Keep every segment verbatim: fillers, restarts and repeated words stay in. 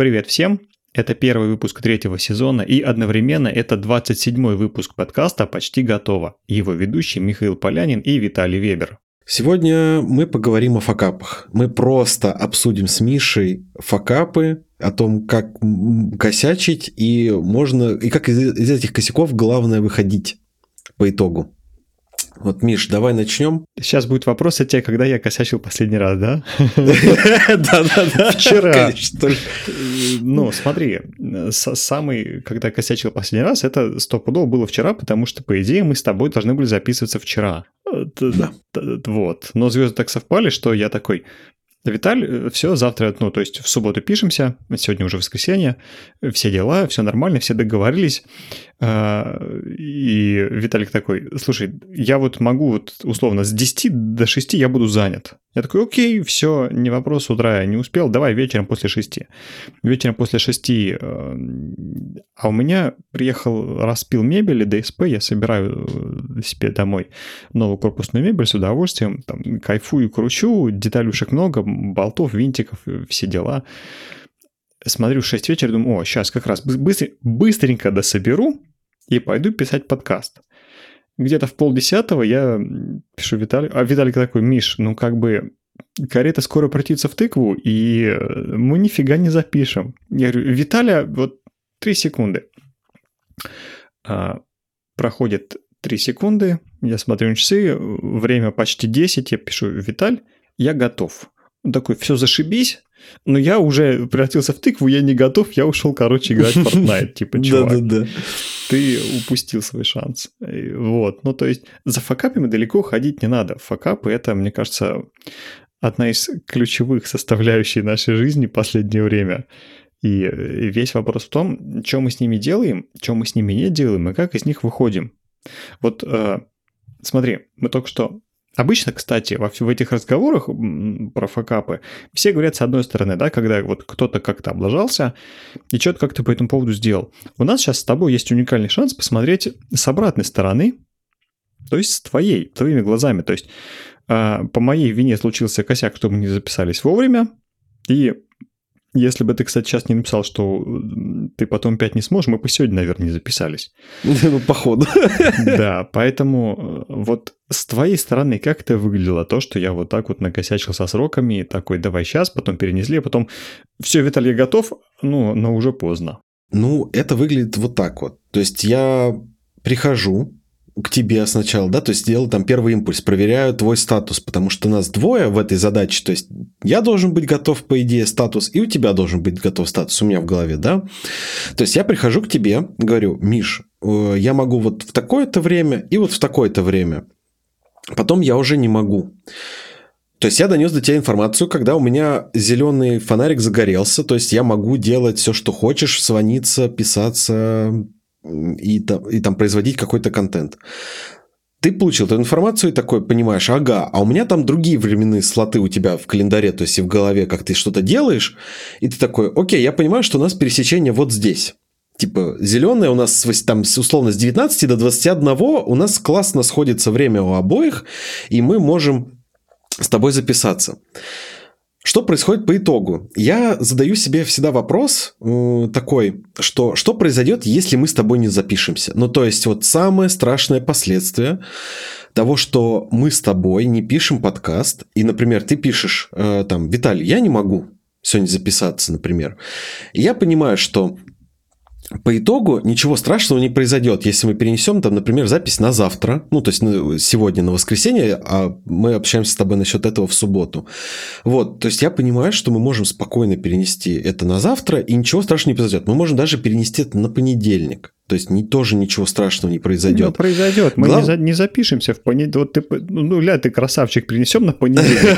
Привет всем! Это первый выпуск третьего сезона, и одновременно это двадцать седьмой выпуск подкаста «Почти готово». Его ведущие Михаил Полянин и Виталий Вебер. Сегодня мы поговорим о факапах. Мы просто обсудим с Мишей факапы, о том, как косячить, и можно и как из, из этих косяков главное выходить по итогу. Вот, Миш, давай начнем. Сейчас будет вопрос от тебя, когда я косячил последний раз, да? Да-да-да. Вчера. Ну, смотри, самый, когда косячил последний раз, это стопудово было вчера, потому что, по идее, мы с тобой должны были записываться вчера. Да. Вот. Но звезды так совпали, что я такой... Виталь, все, завтра, ну, то есть в субботу пишемся, сегодня уже воскресенье, все дела, все нормально, все договорились. И Виталик такой: слушай, я вот могу вот условно с десяти до шести я буду занят. Я такой: окей, все, не вопрос, с утра я не успел, давай вечером после шести. Вечером после шести, а у меня приехал распил мебели, ДСП, я собираю себе домой новую корпусную мебель с удовольствием, там, кайфую, кручу, деталюшек много, болтов, винтиков, все дела. Смотрю в шесть вечера, думаю: о, сейчас как раз быстр, быстренько дособеру и пойду писать подкаст. Где-то в полдесятого я пишу Виталию, а Виталик такой: Миш, ну как бы карета скоро пройдется в тыкву, и мы нифига не запишем. Я говорю: Виталя, вот три секунды. А, проходит три секунды, я смотрю на часы, время почти десять, я пишу: Виталь, я готов. Он такой: все, зашибись. Но я уже превратился в тыкву, я не готов, я ушел, короче, играть в Fortnite. Типа, чувак, Да-да-да. ты упустил свой шанс. Вот, ну то есть за факапами далеко ходить не надо. Факапы — это, мне кажется, одна из ключевых составляющих нашей жизни в последнее время. И весь вопрос в том, что мы с ними делаем, что мы с ними не делаем, и как из них выходим. Вот смотри, мы только что... Обычно, кстати, во, в этих разговорах про факапы все говорят с одной стороны, да, когда вот кто-то как-то облажался и что-то как-то по этому поводу сделал. У нас сейчас с тобой есть уникальный шанс посмотреть с обратной стороны, то есть с твоей, твоими глазами. То есть э, по моей вине случился косяк, что мы не записались вовремя, и если бы ты, кстати, сейчас не написал, что ты потом опять не сможешь, мы бы сегодня, наверное, не записались. Ну, походу. Да, поэтому вот с твоей стороны как это выглядело? То, что я вот так вот накосячил со сроками, такой: давай сейчас, потом перенесли, а потом все, Виталий, готов, ну, но уже поздно. Ну, это выглядит вот так вот. То есть я прихожу к тебе сначала, да, то есть делаю там первый импульс, проверяю твой статус, потому что нас двое в этой задаче, то есть я должен быть готов, по идее, статус, и у тебя должен быть готов статус у меня в голове, да. То есть я прихожу к тебе, говорю: Миш, я могу вот в такое-то время и вот в такое-то время. Потом я уже не могу. То есть я донес до тебя информацию, когда у меня зеленый фонарик загорелся, то есть я могу делать все, что хочешь, звониться, писаться и там, и там производить какой-то контент. Ты получил эту информацию и такой понимаешь: ага, а у меня там другие временные слоты у тебя в календаре, то есть и в голове, как ты что-то делаешь, и ты такой: окей, я понимаю, что у нас пересечение вот здесь. Типа, зеленое у нас там условно с девятнадцати до двадцати одного у нас классно сходится время у обоих, и мы можем с тобой записаться. Что происходит по итогу? Я задаю себе всегда вопрос э, такой, что что произойдет, если мы с тобой не запишемся? Ну, то есть, вот самое страшное последствие того, что мы с тобой не пишем подкаст, и, например, ты пишешь э, там: Виталий, я не могу сегодня записаться, например. И я понимаю, что по итогу ничего страшного не произойдет, если мы перенесем, там, например, запись на завтра, ну, то есть на, сегодня на воскресенье, а мы общаемся с тобой насчет этого в субботу. Вот, то есть я понимаю, что мы можем спокойно перенести это на завтра, и ничего страшного не произойдет. Мы можем даже перенести это на понедельник. То есть не, тоже ничего страшного не произойдет. Ну, произойдет. Мы Глав... не, за, не запишемся в понедельник. Вот ты, ну, ля, ты красавчик, перенесем на понедельник.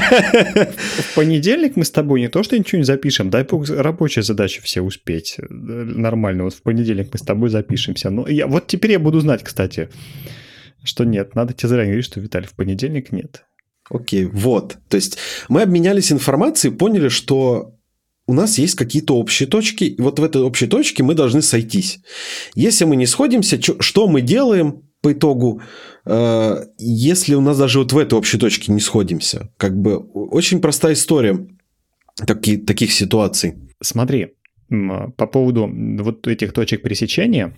В понедельник мы с тобой не то, что ничего не запишем. Дай бог, рабочая задача все успеть. Нормально. Вот в понедельник мы с тобой запишемся. Ну, я, вот теперь я буду знать, кстати, что нет. Надо тебе заранее говорить, что, Виталий, в понедельник нет. Окей, вот. То есть мы обменялись информацией, поняли, что у нас есть какие-то общие точки, и вот в этой общей точке мы должны сойтись. Если мы не сходимся, что мы делаем по итогу, если у нас даже вот в этой общей точке не сходимся? Как бы очень простая история таких ситуаций. Смотри, по поводу вот этих точек пересечения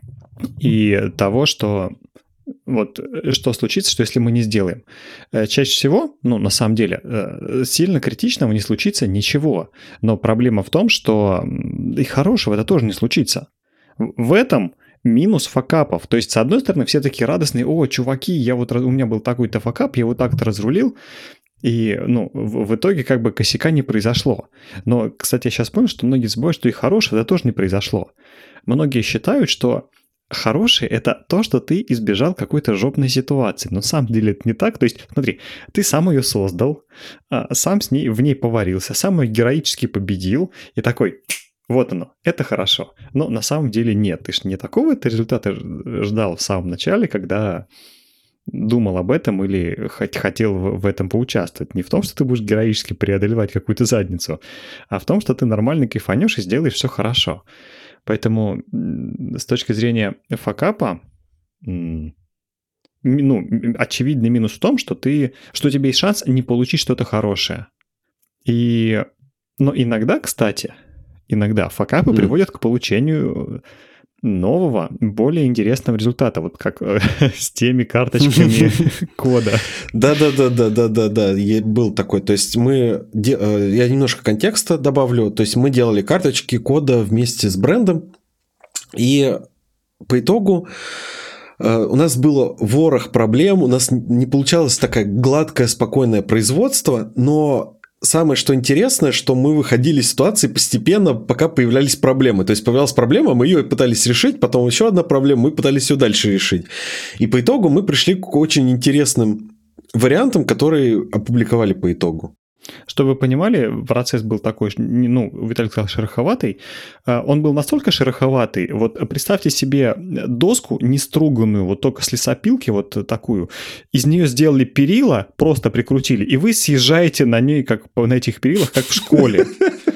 и того, что вот что случится, что если мы не сделаем. Чаще всего, ну, на самом деле, сильно критичного не случится ничего. Но проблема в том, что и хорошего это тоже не случится. В этом минус факапов. То есть, с одной стороны, все такие радостные: о, чуваки, я вот, у меня был такой-то факап, я вот так-то разрулил. И, ну, в, в итоге как бы косяка не произошло. Но, кстати, я сейчас понял, что многие забывают, что и хорошего это тоже не произошло. Многие считают, что хорошее – это то, что ты избежал какой-то жопной ситуации. Но на самом деле это не так. То есть, смотри, ты сам ее создал, сам с ней, в ней поварился, сам ее героически победил и такой: вот оно, это хорошо. Но на самом деле нет. Ты же не такого ты результата ждал в самом начале, когда думал об этом или хотел в этом поучаствовать. Не в том, что ты будешь героически преодолевать какую-то задницу, а в том, что ты нормально кайфанешь и сделаешь все хорошо. Поэтому с точки зрения факапа, ну, очевидный минус в том, что ты, что у тебя есть шанс не получить что-то хорошее. И, но иногда, кстати, иногда факапы mm. приводят к получению нового, более интересного результата, вот как с теми карточками кода. Да-да-да-да-да-да-да, был такой. То есть мы, я немножко контекста добавлю, то есть мы делали карточки кода вместе с брендом, и по итогу у нас было ворох проблем, у нас не получалось такое гладкое, спокойное производство, но самое, что интересное, что мы выходили из ситуации постепенно, пока появлялись проблемы. То есть появлялась проблема, мы ее пытались решить, потом еще одна проблема, мы пытались ее дальше решить. И по итогу мы пришли к очень интересным вариантам, которые опубликовали по итогу. Чтобы вы понимали, процесс был такой, ну, Виталий сказал, шероховатый. Он был настолько шероховатый, вот представьте себе доску неструганную, вот только с лесопилки, вот такую, из нее сделали перила, просто прикрутили, и вы съезжаете на ней, как на этих перилах, как в школе.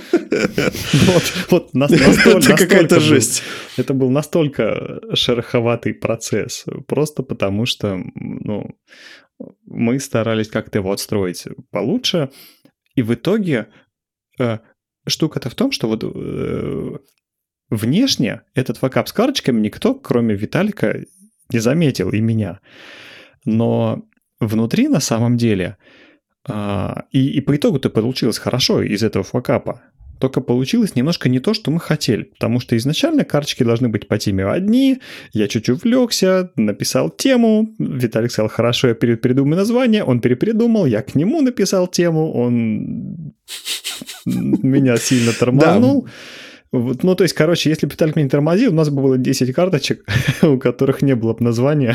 Вот, вот настолько, это какая-то жесть. Это был настолько шероховатый процесс, просто потому что, ну, мы старались как-то его отстроить получше. И в итоге э, штука-то в том, что вот э, внешне этот факап с карточками никто, кроме Виталика, не заметил, и меня. Но внутри на самом деле, э, и, и по итогу-то получилось хорошо из этого факапа. Только получилось немножко не то, что мы хотели, потому что изначально карточки должны быть по теме одни, я чуть увлекся, написал тему, Виталик сказал: хорошо, я передумаю название, он перепридумал, я к нему написал тему, он меня сильно тормознул. Ну, то есть, короче, если бы Виталик меня не тормозил, у нас бы было десять карточек, у которых не было бы названия.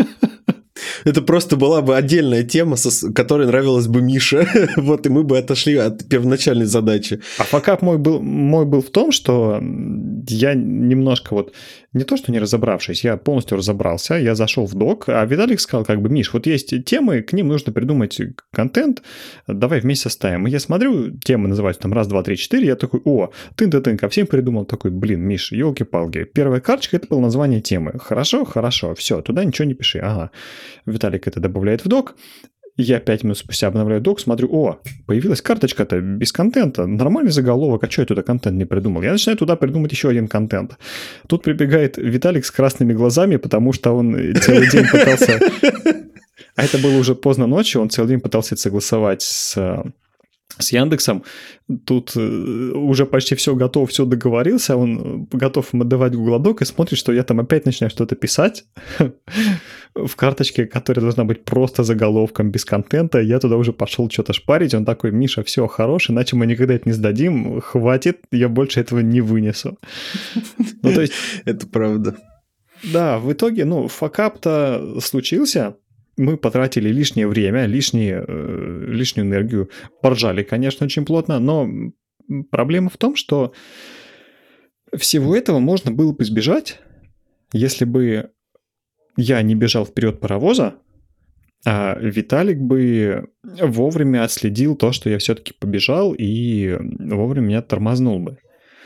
Это просто была бы отдельная тема, которая нравилась бы Мише. Вот, и мы бы отошли от первоначальной задачи. А факап мой был, мой был в том, что я немножко вот... Не то, что не разобравшись, я полностью разобрался, я зашел в док, а Виталик сказал, как бы: Миш, вот есть темы, к ним нужно придумать контент, давай вместе составим. И я смотрю, темы называются там раз, два, три, четыре, я такой: о, тын-тын-тын, ко всем придумал, такой: блин, Миш, елки-палки, первая карточка — это было название темы. Хорошо, хорошо, все, туда ничего не пиши. Ага. Виталик это добавляет в док. Я пять минут спустя обновляю док, смотрю: о, появилась карточка-то без контента, нормальный заголовок, а что я туда контент не придумал? Я начинаю туда придумать еще один контент. Тут прибегает Виталик с красными глазами, потому что он целый день пытался... А это было уже поздно ночью, он целый день пытался согласовать с... с Яндексом. Тут уже почти все готово, все договорился, он готов им отдавать в Google Doc и смотрит, что я там опять начинаю что-то писать в карточке, которая должна быть просто заголовком, без контента. Я туда уже пошел что-то шпарить, он такой: Миша, все, хорош, иначе мы никогда это не сдадим, хватит, я больше этого не вынесу. Ну, то есть... Это правда. Да, в итоге, ну, факап-то случился. Мы потратили лишнее время, лишние, э, лишнюю энергию, поржали, конечно, очень плотно, но проблема в том, что всего этого можно было бы избежать, если бы я не бежал вперед паровоза, а Виталик бы вовремя отследил то, что я все-таки побежал, и вовремя меня тормознул бы.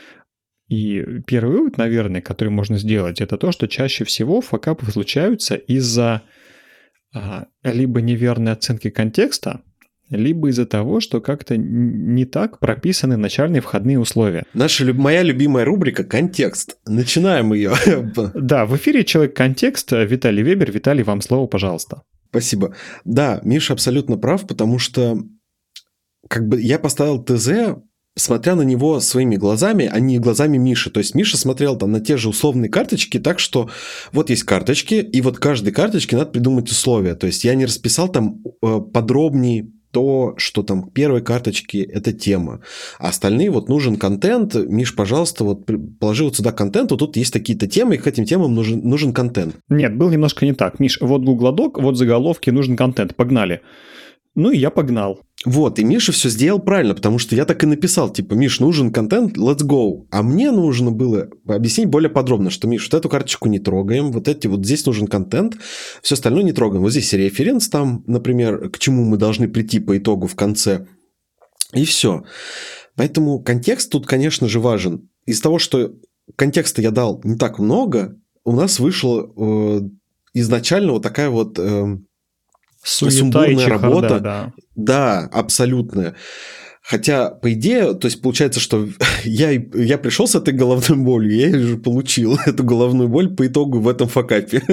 И первый вывод, наверное, который можно сделать, это то, что чаще всего факапы случаются из-за либо неверной оценки контекста, либо из-за того, что как-то не так прописаны начальные входные условия. Наша, моя любимая рубрика «Контекст». Начинаем ее. Да, в эфире «Человек-контекст». Виталий Вебер. Виталий, вам слово, пожалуйста. Спасибо. Да, Миша абсолютно прав, потому что как бы я поставил ТЗ, смотря на него своими глазами, а не глазами Миши. То есть Миша смотрел там на те же условные карточки, так что вот есть карточки, и вот каждой карточке надо придумать условия. То есть я не расписал там подробнее то, что там к первой карточке это тема. А остальные вот нужен контент. Миш, пожалуйста, вот положи вот сюда контент, вот тут есть такие-то темы, и к этим темам нужен, нужен контент. Нет, было немножко не так. Миш, вот Google Doc, вот заголовки, нужен контент, погнали. Ну и я погнал. Вот, и Миша все сделал правильно, потому что я так и написал, типа, Миш, нужен контент, let's go. А мне нужно было объяснить более подробно, что, Миш, вот эту карточку не трогаем, вот эти вот здесь нужен контент, все остальное не трогаем. Вот здесь референс там, например, к чему мы должны прийти по итогу в конце. И все. Поэтому контекст тут, конечно же, важен. Из того, что контекста я дал не так много, у нас вышла э, изначально вот такая вот... Э, сумбурная работа, да. Да, абсолютная. Хотя, по идее, то есть получается, что я, я пришел с этой головной болью, я уже получил эту головную боль по итогу в этом факапе.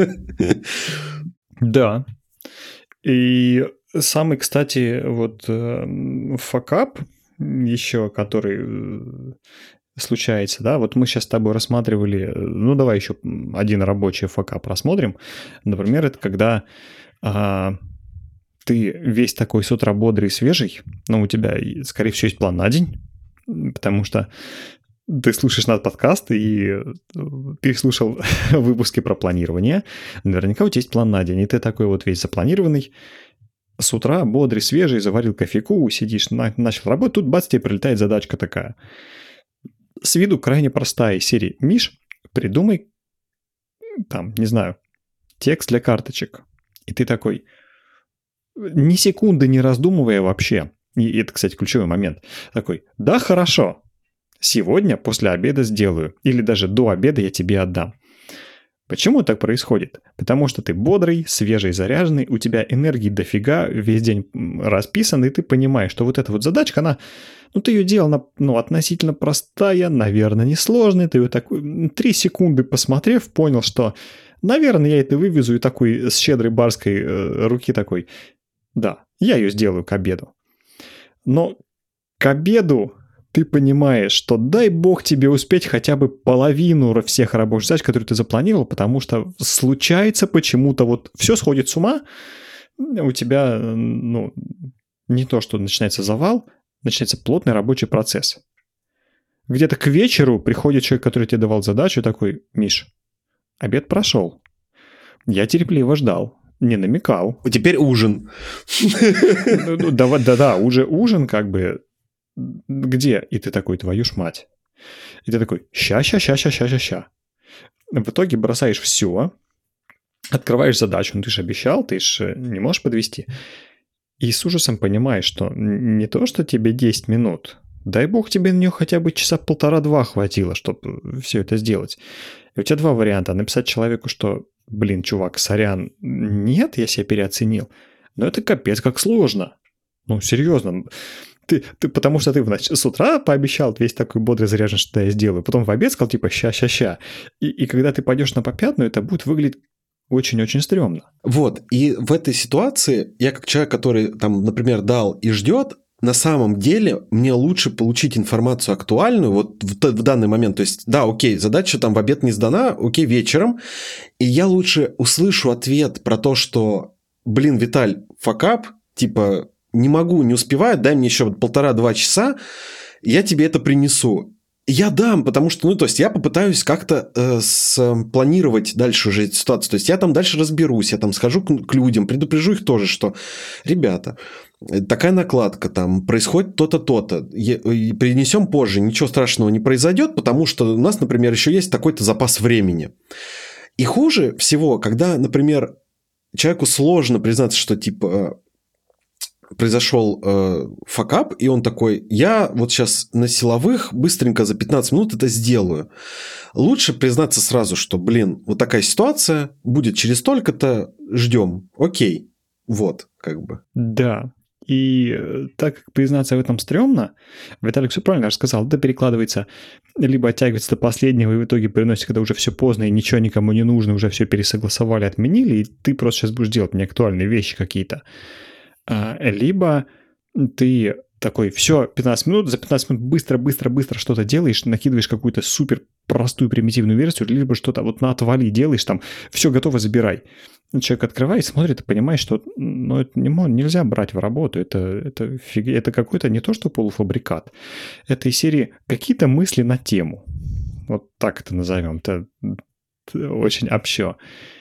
Да. И самый, кстати, вот факап еще, который случается, да, вот мы сейчас с тобой рассматривали, ну, давай еще один рабочий факап рассмотрим. Например, это когда... А, ты весь такой с утра бодрый и свежий, но у тебя, скорее всего, есть план на день, потому что ты слушаешь наш подкаст и переслушал выпуски про планирование. Наверняка у тебя есть план на день, и ты такой вот весь запланированный. С утра бодрый, свежий, заварил кофейку, сидишь, на, начал работать, тут бац, тебе прилетает задачка такая. С виду крайне простая из серии. Миш, придумай, там, не знаю, текст для карточек. И ты такой... Ни секунды не раздумывая вообще, и это, кстати, ключевой момент, такой, да, хорошо, сегодня после обеда сделаю, или даже до обеда я тебе отдам. Почему так происходит? Потому что ты бодрый, свежий, заряженный, у тебя энергии дофига, весь день расписан, и ты понимаешь, что вот эта вот задачка, она, ну, ты ее делал, ну, относительно простая, наверное, несложная, ты ее такой, три секунды посмотрев, понял, что, наверное, я это вывезу, и такой с щедрой барской э, руки такой... Да, я ее сделаю к обеду. Но к обеду ты понимаешь, что дай бог тебе успеть хотя бы половину всех рабочих задач, которые ты запланировал, потому что случается почему-то вот все сходит с ума, у тебя, ну, не то, что начинается завал, начинается плотный рабочий процесс. Где-то к вечеру приходит человек, который тебе давал задачу, такой, Миш, обед прошел. Я терпеливо ждал. Не намекал. Теперь ужин. Да-да-да, уже ужин как бы... Где? И ты такой, твою ж мать. И ты такой, ща-ща-ща-ща-ща-ща. В итоге бросаешь все, открываешь задачу, ну ты же обещал, ты же не можешь подвести. И с ужасом понимаешь, что не то, что тебе десять минут, дай бог тебе на нее хотя бы часа полтора-два хватило, чтобы все это сделать. И у тебя два варианта. Написать человеку, что... Блин, чувак, сорян, нет, я себя переоценил. Но это капец как сложно. Ну, серьезно. Ты, ты, потому что ты значит, с утра пообещал, весь такой бодрый заряжен, что я сделаю. Потом в обед сказал, типа, ща-ща-ща. И, и когда ты пойдешь на попятную, это будет выглядеть очень-очень стрёмно. Вот, и в этой ситуации я как человек, который, там, например, дал и ждет, на самом деле мне лучше получить информацию актуальную вот в, в данный момент. То есть, да, окей, задача там в обед не сдана, окей, вечером. И я лучше услышу ответ про то, что, блин, Виталь, факап, типа, не могу, не успеваю, дай мне еще полтора-два часа, я тебе это принесу. Я дам, потому что, ну, то есть, я попытаюсь как-то э, спланировать дальше уже эту ситуацию. То есть, я там дальше разберусь, я там схожу к, к людям, предупрежу их тоже, что, ребята, такая накладка, там, происходит то-то, то-то, и принесем позже, ничего страшного не произойдет, потому что у нас, например, еще есть такой-то запас времени. И хуже всего, когда, например, человеку сложно признаться, что, типа... произошел э, факап, и он такой, я вот сейчас на силовых быстренько за пятнадцать минут это сделаю. Лучше признаться сразу, что, блин, вот такая ситуация, будет через столько-то, ждем, окей, вот, как бы. Да, И так как признаться в этом стрёмно, Виталик все правильно рассказал, это перекладывается, либо оттягивается до последнего, и в итоге приносит, когда уже все поздно, и ничего никому не нужно, уже все пересогласовали, отменили, и ты просто сейчас будешь делать неактуальные вещи какие-то. Либо ты такой, все, пятнадцать минут, за пятнадцать минут быстро-быстро-быстро что-то делаешь, накидываешь какую-то супер простую примитивную версию, либо что-то вот на отвали делаешь, там, все готово, забирай. Человек открывает, смотрит и понимает, что ну, это не, нельзя брать в работу, это, это, фиг, это какой-то не то что полуфабрикат, это из серии какие-то мысли на тему. Вот так это назовем, это, это очень общо.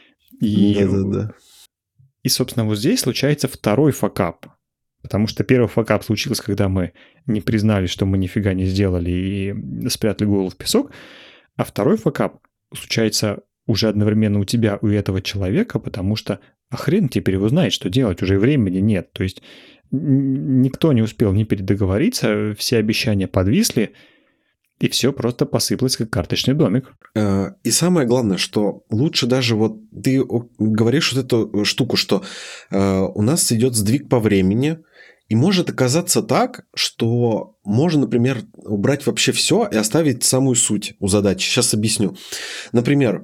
И, Да-да-да. И, собственно, вот здесь случается второй факап. Потому что первый факап случился, когда мы не признали, что мы нифига не сделали и спрятали голову в песок. А второй факап случается уже одновременно у тебя, у этого человека, потому что а хрен теперь его знает, что делать, уже времени нет. То есть никто не успел ни передоговориться, все обещания подвисли, и все просто посыпалось, как карточный домик. И самое главное, что лучше даже вот ты говоришь вот эту штуку, что у нас идет сдвиг по времени, и может оказаться так, что можно, например, убрать вообще все и оставить самую суть у задачи. Сейчас объясню. Например,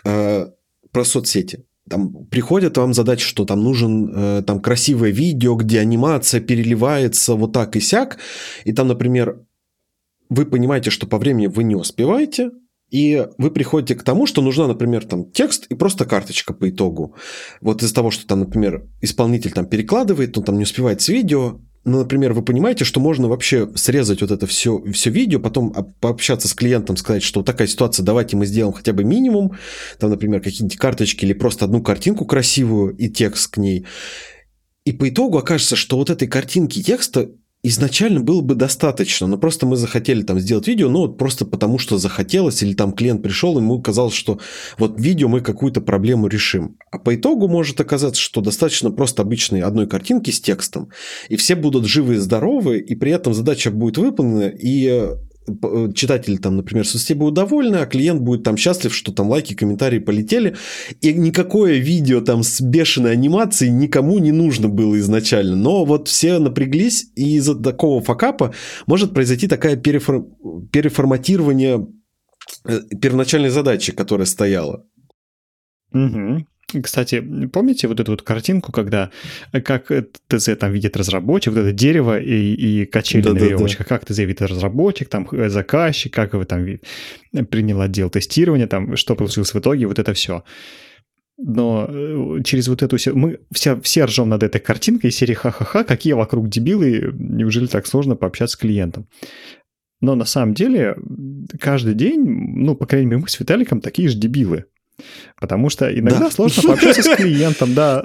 про соцсети. Там приходит вам задача, что там нужен там красивое видео, где анимация переливается вот так и сяк, и там, например, вы понимаете, что по времени вы не успеваете, и вы приходите к тому, что нужна, например, там текст и просто карточка по итогу. Вот из-за того, что там, например, исполнитель там перекладывает, он там не успевает с видео. Ну, например, вы понимаете, что можно вообще срезать вот это все, все видео, потом пообщаться с клиентом, сказать, что вот такая ситуация, давайте мы сделаем хотя бы минимум, там, например, какие-нибудь карточки или просто одну картинку красивую и текст к ней. И по итогу окажется, что вот этой картинки текста изначально было бы достаточно, но просто мы захотели там сделать видео, ну вот просто потому, что захотелось, или там клиент пришел, и ему казалось, что вот видео мы какую-то проблему решим. А по итогу может оказаться, что достаточно просто обычной одной картинки с текстом, и все будут живы и здоровы, и при этом задача будет выполнена, и читатели там, например, соцсети будут довольны, а клиент будет там счастлив, что там лайки, комментарии полетели, и никакое видео там с бешеной анимацией никому не нужно было изначально. Но вот все напряглись, и из-за такого факапа может произойти такое перефор... переформатирование первоначальной задачи, которая стояла. Угу. Кстати, помните вот эту вот картинку, когда как ТЗ там видит разработчик, вот это дерево и, и качели да, на веревочках, да, да. Как ТЗ видит разработчик, там заказчик, как его там принял отдел тестирования, там что получилось в итоге, вот это все. Но через вот эту... Мы все, все ржем над этой картинкой из серии ха-ха-ха, какие вокруг дебилы, неужели так сложно пообщаться с клиентом? Но на самом деле каждый день, ну, по крайней мере, мы с Виталиком такие же дебилы. Потому что иногда да. сложно пообщаться с клиентом, да.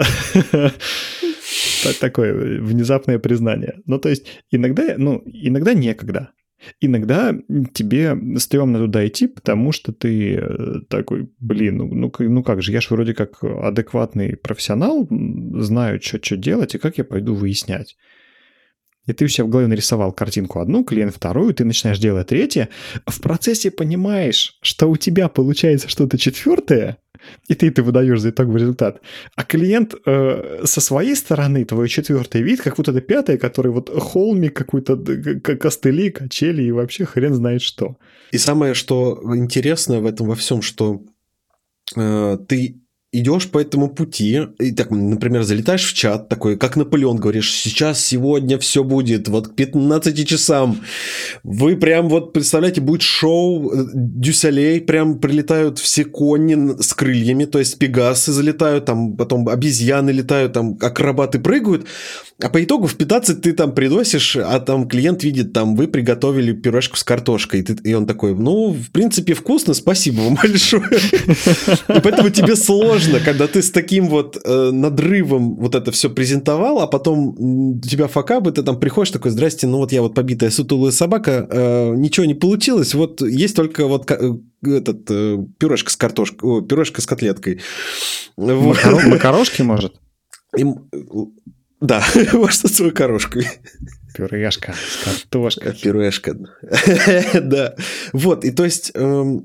Такое внезапное признание. Ну, то есть, иногда, ну, иногда некогда. Иногда тебе стрёмно туда идти, потому что ты такой, блин, ну, ну, ну как же, я же вроде как адекватный профессионал, знаю, что делать, и как я пойду выяснять. И ты у себя в голове нарисовал картинку одну, клиент вторую, ты начинаешь делать третье, в процессе понимаешь, что у тебя получается что-то четвертое, и ты это выдаешь за итоговый результат, а клиент э, со своей стороны, твой четвертый вид, как вот это пятое, который вот холмик какой-то, костыли, качели и вообще хрен знает что. И самое, что интересное в этом во всем, что э, ты идешь по этому пути, и так, например, залетаешь в чат, такой, как Наполеон, говоришь, сейчас, сегодня все будет, вот к пятнадцати часам. Вы прям вот, представляете, будет шоу Дюсалей, прям прилетают все кони с крыльями, то есть пегасы залетают, там потом обезьяны летают, там акробаты прыгают, а по итогу в пятнадцать ты там приносишь, а там клиент видит, там вы приготовили пюрешку с картошкой, и, ты, и он такой, ну, в принципе, вкусно, спасибо вам большое. И поэтому тебе сложно, когда ты с таким вот э, надрывом вот это все презентовал, а потом у тебя факап, и ты там приходишь такой, здрасте, ну вот я вот побитая сутулая собака, э, ничего не получилось, вот есть только вот э, этот э, пюрешка с картошкой, о, пюрешка с котлеткой. Макаро- макарошки, может? И, да, может, с макарошкой. Пюрешка с картошкой. Пюрешка, да. Вот, и то есть...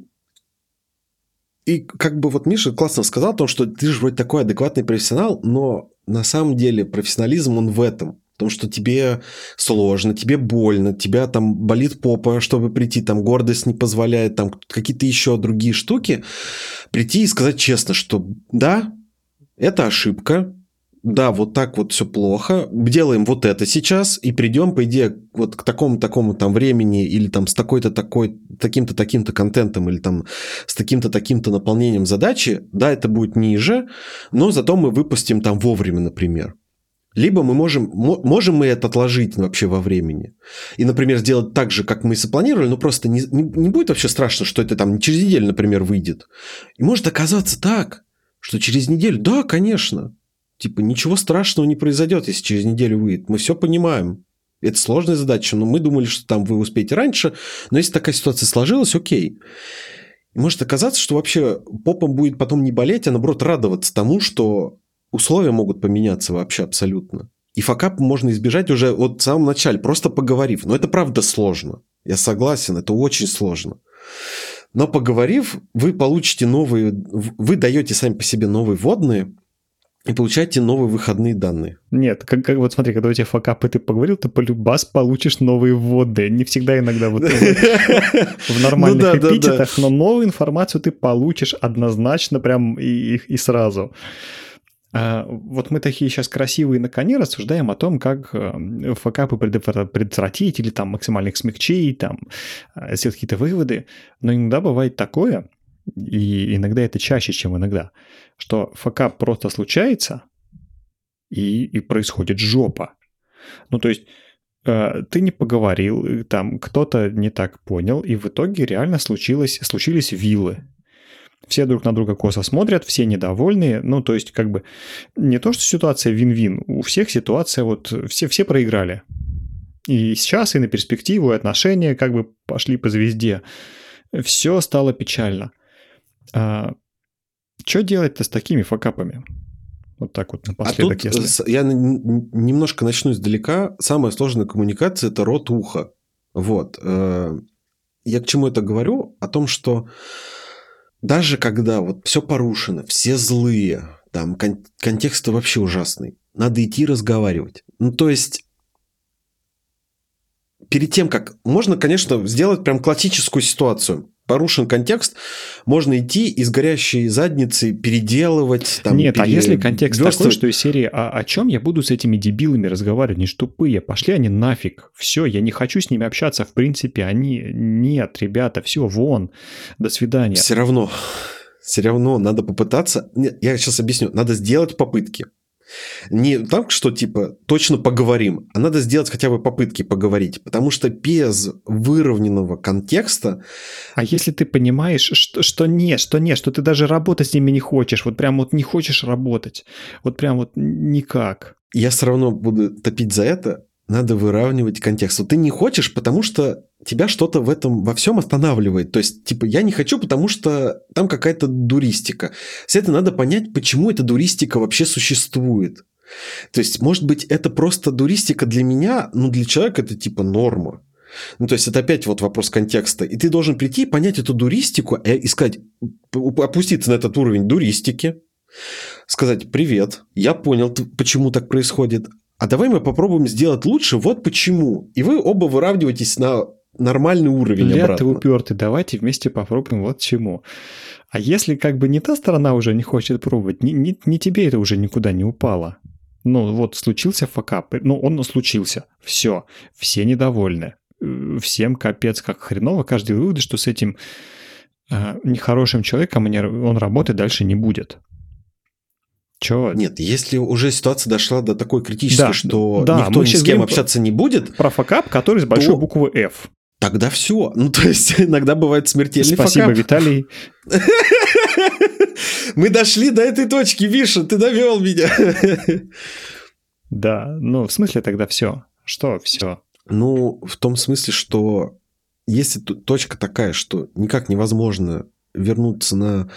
И как бы вот Миша классно сказал о том, что ты же вроде такой адекватный профессионал, но на самом деле профессионализм он в этом. том, что тебе сложно, тебе больно, тебя там болит попа, чтобы прийти, там гордость не позволяет, там какие-то еще другие штуки, прийти и сказать честно, что да, это ошибка, да, вот так вот все плохо, делаем вот это сейчас и придем, по идее, вот к такому-такому там времени или там с такой-то такой, таким-то таким-то контентом или там с таким-то таким-то наполнением задачи, да, это будет ниже, но зато мы выпустим там вовремя, например. Либо мы можем, можем мы это отложить вообще во времени. И, например, сделать так же, как мы и запланировали, но просто не, не, не будет вообще страшно, что это там через неделю, например, выйдет. И может оказаться так, что через неделю, да, конечно, типа ничего страшного не произойдет, если через неделю выйдет. Мы все понимаем. Это сложная задача, но мы думали, что там вы успеете раньше. Но если такая ситуация сложилась, окей. И может оказаться, что вообще попам будет потом не болеть, а наоборот радоваться тому, что условия могут поменяться вообще абсолютно. И факап можно избежать уже от самого начала, просто поговорив. Но это правда сложно. Я согласен, это очень сложно. Но поговорив, вы получите новые... Вы даете сами по себе новые вводные и получаете новые выходные данные. Нет, как, как вот смотри, когда у тебя факапы ты поговорил, ты полюбас получишь новые вводные. Не всегда иногда вот в нормальных эпитетах, но новую информацию ты получишь однозначно прям и сразу. А вот мы такие сейчас красивые на коне рассуждаем о том, как факапы предотвратить или там максимально их смягчить, там, сделать какие-то выводы. Но иногда бывает такое, и иногда это чаще, чем иногда, что факап просто случается, и, и происходит жопа. Ну, то есть ты не поговорил, там кто-то не так понял, и в итоге реально случилось, случились виллы. Все друг на друга косо смотрят, все недовольные. Ну, то есть, как бы, не то, что ситуация вин-вин. У всех ситуация вот... Все, все проиграли. И сейчас, и на перспективу, и отношения как бы пошли по звезде. Все стало печально. А, что делать-то с такими факапами? Вот так вот напоследок, а тут если... Я немножко начну издалека. Самая сложная коммуникация – это рот уха. Вот. Я к чему это говорю? О том, что... Даже когда вот все порушено, все злые, там кон- контекст вообще ужасный, надо идти разговаривать. Ну, то есть, перед тем, как... Можно, конечно, сделать прям классическую ситуацию. Порушен контекст, можно идти из горящей задницы переделывать. Там, Нет, пере... а если контекст верстывать... такой, что из серии «А о чем я буду с этими дебилами разговаривать? Они ж тупые, пошли они нафиг. Все, я не хочу с ними общаться, в принципе. Они... Нет, ребята, все, вон. До свидания». Все равно, все равно надо попытаться... Нет, я сейчас объясню. Надо сделать попытки. Не так, что типа точно поговорим, а надо сделать хотя бы попытки поговорить, потому что без выровненного контекста... А если ты понимаешь, что, что нет, что нет, что ты даже работать с ними не хочешь, вот прям вот не хочешь работать, вот прям вот никак. Я все равно буду топить за это, надо выравнивать контекст. Вот ты не хочешь, потому что тебя что-то в этом во всем останавливает. То есть, типа, я не хочу, потому что там какая-то дуристика. С этим надо понять, почему эта дуристика вообще существует. То есть, может быть, это просто дуристика для меня, но для человека это типа норма. Ну, то есть, это опять вот вопрос контекста. И ты должен прийти и понять эту дуристику и сказать, опуститься на этот уровень дуристики, сказать: привет, я понял, почему так происходит. А давай мы попробуем сделать лучше, вот почему. И вы оба выравниваетесь на нормальный уровень Ля, обратно. ты упертый, давайте вместе попробуем вот чему. А если как бы не та сторона уже не хочет пробовать, не, не, не тебе это уже никуда не упало. Ну вот случился факап, ну он случился, все, все недовольны, всем капец как хреново, каждый вывод, что с этим э, нехорошим человеком он работать дальше не будет. Чё? Нет, если уже ситуация дошла до такой критической, да, что да, никто ни с кем общаться не будет... Про факап, который с большой то... буквы F. Тогда все. Ну, то есть, иногда бывает смертельный Спасибо, факап. Виталий. Мы дошли до этой точки, Виша, ты довел меня. Да, ну, в смысле тогда все? Что все? Ну, в том смысле, что если точка такая, что никак невозможно вернуться на...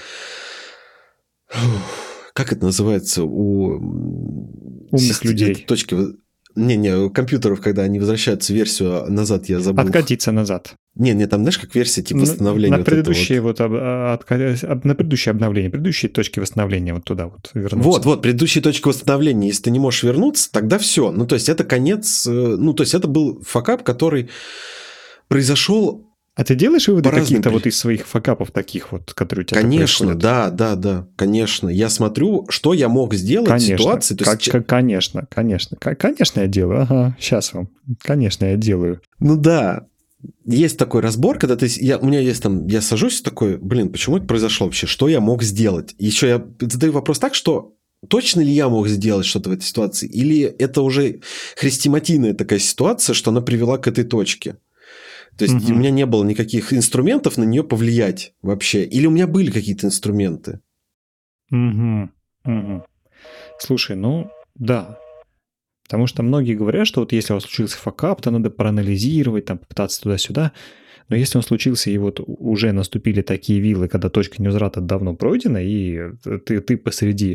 Как это называется у... Умных людей. Точки... Не-не, компьютеров, когда они возвращаются в версию назад, я забыл. Откатиться назад. Не-не, там, знаешь, как версия типа восстановления. На вот предыдущие вот. вот, вот от, на предыдущее обновление, предыдущие точки восстановления вот туда вот вернуться. Вот, вот, предыдущие точки восстановления. Если ты не можешь вернуться, тогда все. Ну, то есть, это конец... Ну, то есть, это был факап, который произошел... А ты делаешь выводы по каких-то разным... вот из своих факапов таких вот, которые у тебя Конечно, происходят? да, да, да, конечно. Я смотрю, что я мог сделать конечно, в ситуации. То есть... как, конечно, конечно, конечно я делаю. Ага, сейчас вам. Конечно, я делаю. Ну да, есть такой разбор, когда ты, я, у меня есть там, я сажусь такой, блин, почему это произошло вообще? Что я мог сделать? Еще я задаю вопрос так, что точно ли я мог сделать что-то в этой ситуации? Или это уже хрестиматийная такая ситуация, что она привела к этой точке? То есть, угу. у меня не было никаких инструментов на нее повлиять вообще. Или у меня были какие-то инструменты? Угу. Угу. Слушай, ну, да. Потому что многие говорят, что вот если у вас случился факап, то надо проанализировать, там, попытаться туда-сюда. Но если он случился, и вот уже наступили такие виллы, когда точка невозврата давно пройдена, и ты, ты посреди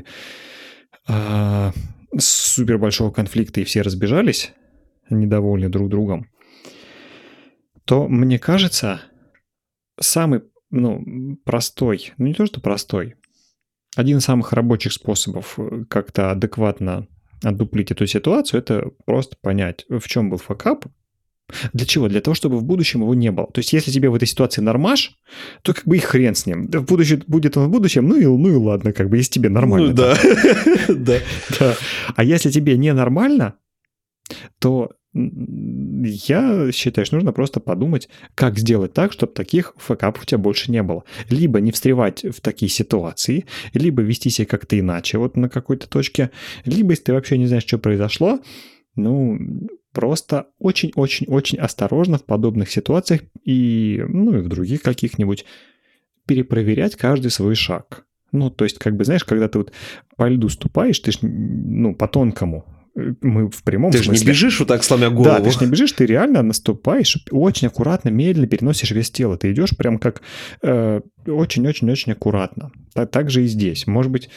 а, супер большого конфликта, и все разбежались, недовольны друг другом, то, мне кажется, самый, ну, простой, ну не то что простой, один из самых рабочих способов как-то адекватно отдуплить эту ситуацию, это просто понять, в чем был факап. Для чего? Для того, чтобы в будущем его не было. То есть, если тебе в этой ситуации нормаш, то как бы и хрен с ним. В будущем, будет он в будущем, ну и, ну и ладно, как бы, если тебе нормально. Ну да, да. А если тебе не нормально, то я считаю, что нужно просто подумать, как сделать так, чтобы таких факапов у тебя больше не было. Либо не встревать в такие ситуации, либо вести себя как-то иначе вот на какой-то точке, либо, если ты вообще не знаешь, что произошло, ну, просто очень-очень-очень осторожно в подобных ситуациях и, ну, и в других каких-нибудь перепроверять каждый свой шаг. Ну, то есть, как бы, знаешь, когда ты вот по льду ступаешь, ты ж, ну, по тонкому, мы в прямом ты смысле... Ты же не бежишь вот так, сломя голову. Да, ты же не бежишь, ты реально наступаешь, очень аккуратно, медленно переносишь вес тела. Ты идешь прям как э, очень-очень-очень аккуратно. Так, так же и здесь. Может быть,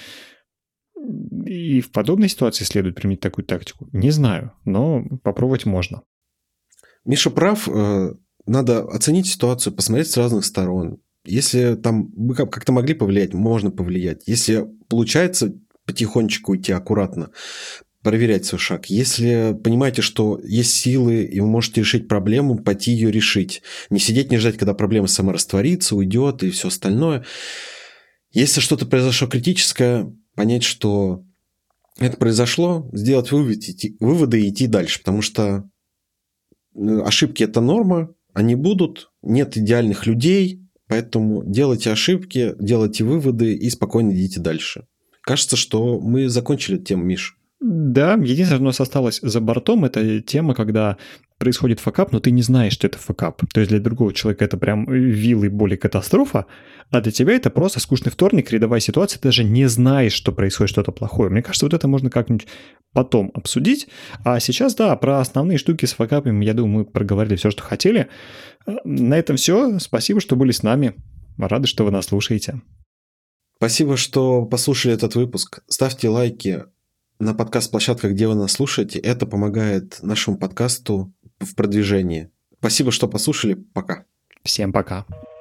и в подобной ситуации следует применить такую тактику. Не знаю, но попробовать можно. Миша прав. Надо оценить ситуацию, посмотреть с разных сторон. Если там вы как-то могли повлиять, можно повлиять. Если получается потихонечку идти аккуратно, проверять свой шаг. Если понимаете, что есть силы, и вы можете решить проблему, пойти ее решить. Не сидеть, не ждать, когда проблема сама растворится, уйдет и все остальное. Если что-то произошло критическое, понять, что это произошло, сделать выводы, идти, выводы и идти дальше. Потому что ошибки – это норма, они будут, нет идеальных людей, поэтому делайте ошибки, делайте выводы и спокойно идите дальше. Кажется, что мы закончили эту тему, Миш. Да, единственное, что у нас осталось за бортом, это тема, когда происходит факап, но ты не знаешь, что это факап. То есть для другого человека это прям вилл и боль и катастрофа, а для тебя это просто скучный вторник, рядовая ситуация, ты даже не знаешь, что происходит что-то плохое. Мне кажется, вот это можно как-нибудь потом обсудить. А сейчас, да, про основные штуки с факапами, я думаю, мы проговорили все, что хотели. На этом все. Спасибо, что были с нами. Рады, что вы нас слушаете. Спасибо, что послушали этот выпуск. Ставьте лайки на подкаст-площадках, где вы нас слушаете. Это помогает нашему подкасту в продвижении. Спасибо, что послушали. Пока. Всем пока.